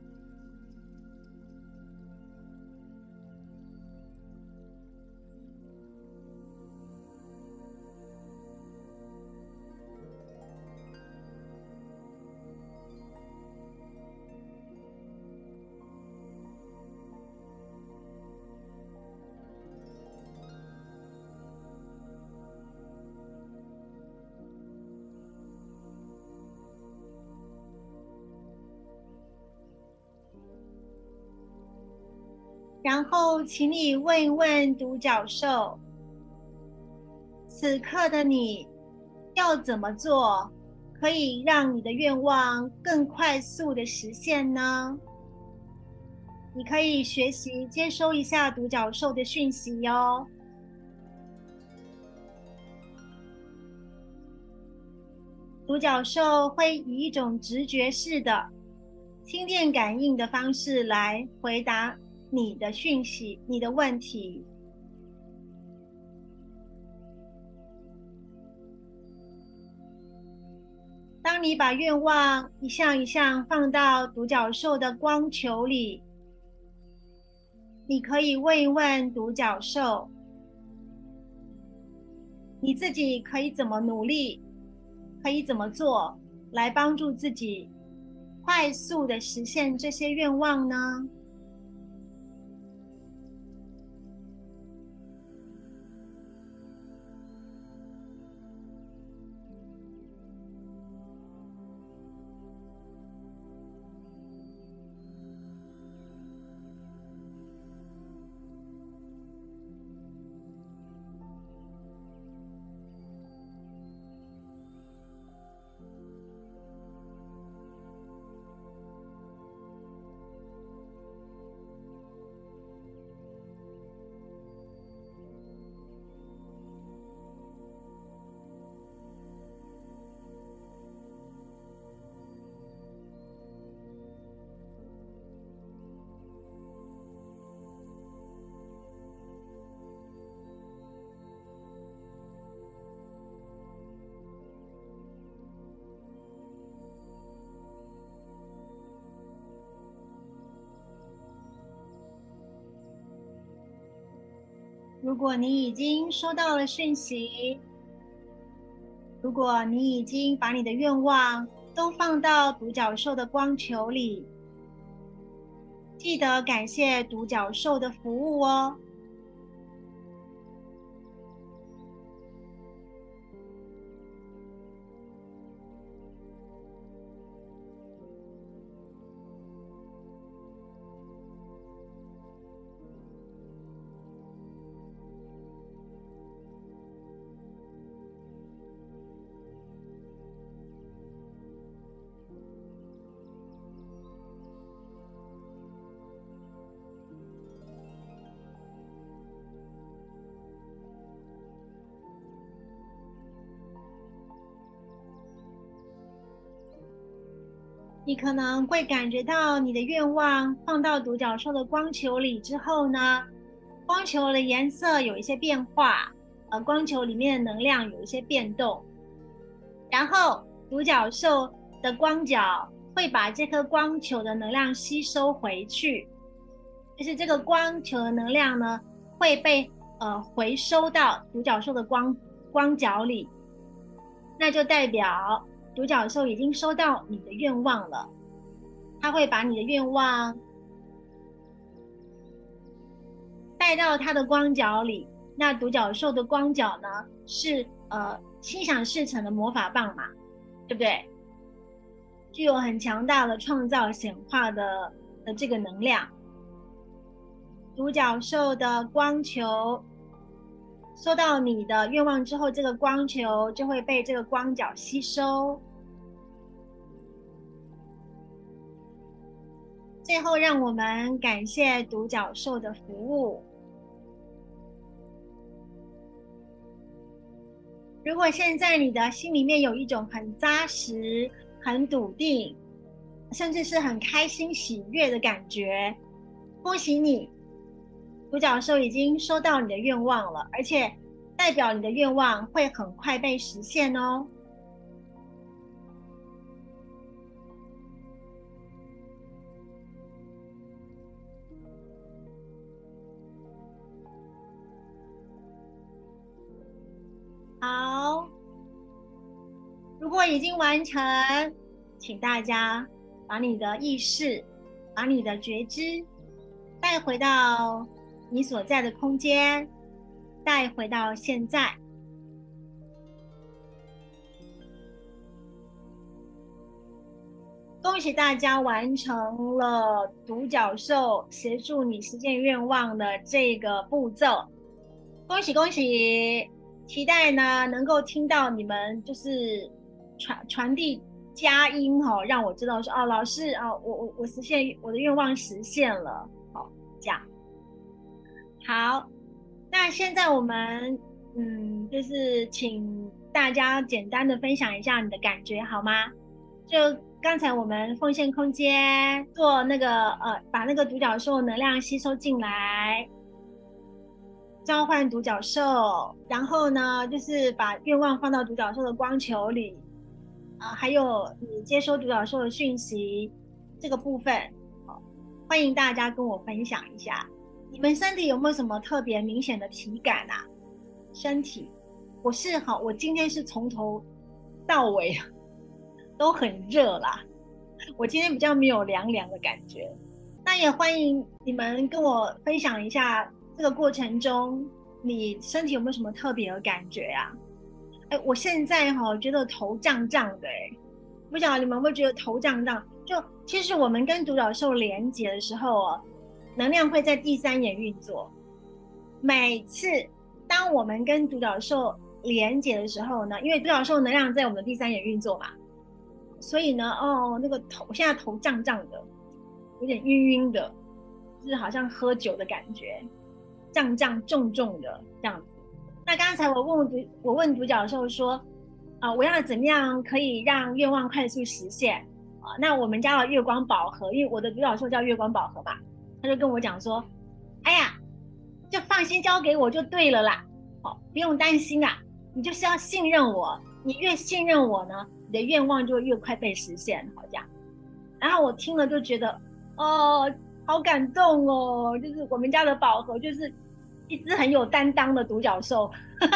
然后，请你问一问独角兽，此刻的你要怎么做，可以让你的愿望更快速的实现呢？你可以学习接收一下独角兽的讯息哟。独角兽会以一种直觉式的心电感应的方式来回答你的讯息、你的问题。当你把愿望一项一项放到独角兽的光球里，你可以问一问独角兽，你自己可以怎么努力，可以怎么做，来帮助自己快速的实现这些愿望呢？ 如果你已经收到了讯息，如果你已经把你的愿望都放到独角兽的光球里，记得感谢独角兽的服务哦。你可能会感觉到你的愿望放到独角兽的光球里之后呢，光球的颜色有一些变化，光球里面的能量有一些变动，然后独角兽的光角会把这颗光球的能量吸收回去，就是这个光球的能量呢会被回收到独角兽的光角里，那就代表独角兽已经收到你的愿望了，它会把你的愿望带到它的光角里。那独角兽的光角呢，是心想事成的魔法棒嘛，对不对？具有很强大的创造显化的这个能量。独角兽的光球收到你的愿望之后，这个光球就会被这个光角吸收。最后，让我们感谢独角兽的服务。如果现在你的心里面有一种很扎实、很笃定，甚至是很开心、喜悦的感觉，恭喜你，独角兽已经收到你的愿望了，而且代表你的愿望会很快被实现哦。好，如果已经完成，请大家把你的意识、把你的觉知带回到你所在的空间，带回到现在。恭喜大家完成了独角兽协助你实现愿望的这个步骤，恭喜恭喜！期待呢能够听到你们就是传递佳音哦，让我知道说哦，老师啊，我实现我的愿望实现了，好，这样好。那现在我们就是请大家简单的分享一下你的感觉好吗？就刚才我们奉献空间做那个把那个独角兽能量吸收进来，召唤独角兽，然后呢，就是把愿望放到独角兽的光球里，还有你接收独角兽的讯息这个部分，欢迎大家跟我分享一下，你们身体有没有什么特别明显的体感啊？身体，我今天是从头到尾都很热啦，我今天比较没有凉凉的感觉。那也欢迎你们跟我分享一下这个过程中你身体有没有什么特别的感觉啊？哎，我现在觉得头胀胀的，不晓得你们会觉得头胀胀？就其实我们跟独角兽连接的时候能量会在第三眼运作。每次当我们跟独角兽连接的时候呢，因为独角兽能量在我们的第三眼运作嘛，所以呢，那个头现在头胀胀的，有点晕晕的，就是好像喝酒的感觉，胀胀重重的这样子。那刚才我问独角兽说，我要怎么样可以让愿望快速实现啊？那我们家的月光宝盒，因为我的独角兽叫月光宝盒嘛，他就跟我讲说，哎呀，就放心交给我就对了啦，不用担心啦，你就是要信任我，你越信任我呢，你的愿望就越快被实现，好这样。然后我听了就觉得，哦，好感动哦，就是我们家的宝盒，就是一只很有担当的独角兽，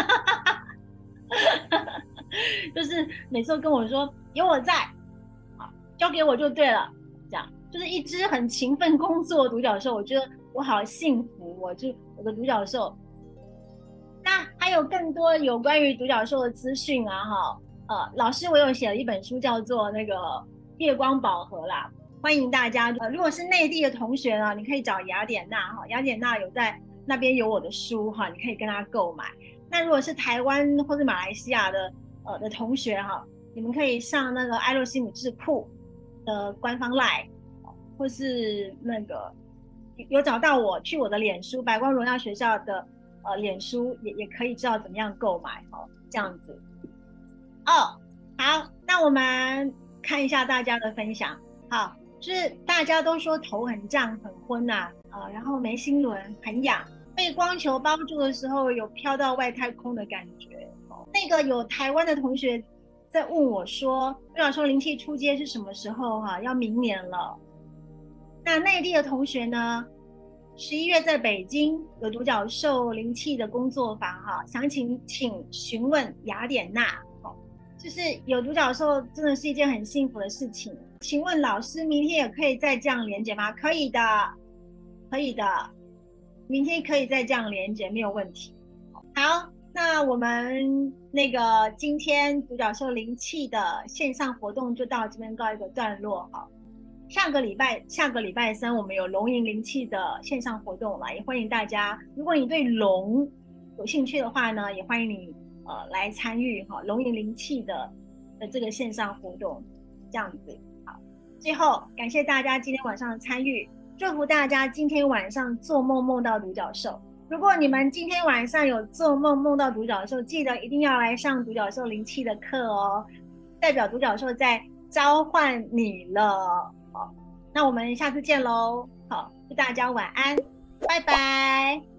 就是每次都跟我说有我在，交给我就对了，这样就是一只很勤奋工作的独角兽，我觉得我好幸福，我的独角兽。那还有更多有关于独角兽的资讯啊，老师我有写了一本书叫做那个月光宝盒啦，欢迎大家，如果是内地的同学呢，你可以找雅典娜哈，雅典娜有在那边有我的书哈，你可以跟她购买。那如果是台湾或是马来西亚的同学哈，你们可以上那个爱洛西姆智库的官方 LINE， 或是那个有找到我，去我的脸书白光荣耀学校的脸书也可以知道怎么样购买哦，这样子。哦，好，那我们看一下大家的分享。好，就是大家都说头很胀很昏呐、然后眉心轮很痒，被光球包住的时候有飘到外太空的感觉。那个有台湾的同学在问我说，独角兽灵气出街是什么时候要明年了。那内地的同学呢？11月在北京有独角兽灵气的工作坊详情请询问雅典娜。就是有独角兽真的是一件很幸福的事情。请问老师，明天也可以再这样连接吗？可以的，可以的，明天可以再这样连接，没有问题。好，那我们那个今天独角兽灵气的线上活动就到这边告一个段落哈。下个礼拜三我们有龙吟灵气的线上活动啦，也欢迎大家，如果你对龙有兴趣的话呢，也欢迎你来参与龙吟灵气的这个线上活动，这样子。好，最后感谢大家今天晚上的参与，祝福大家今天晚上做梦梦到独角兽。如果你们今天晚上有做梦梦到独角兽，记得一定要来上独角兽灵气的课哦，代表独角兽在召唤你了。好，那我们下次见喽。好，祝大家晚安，拜拜。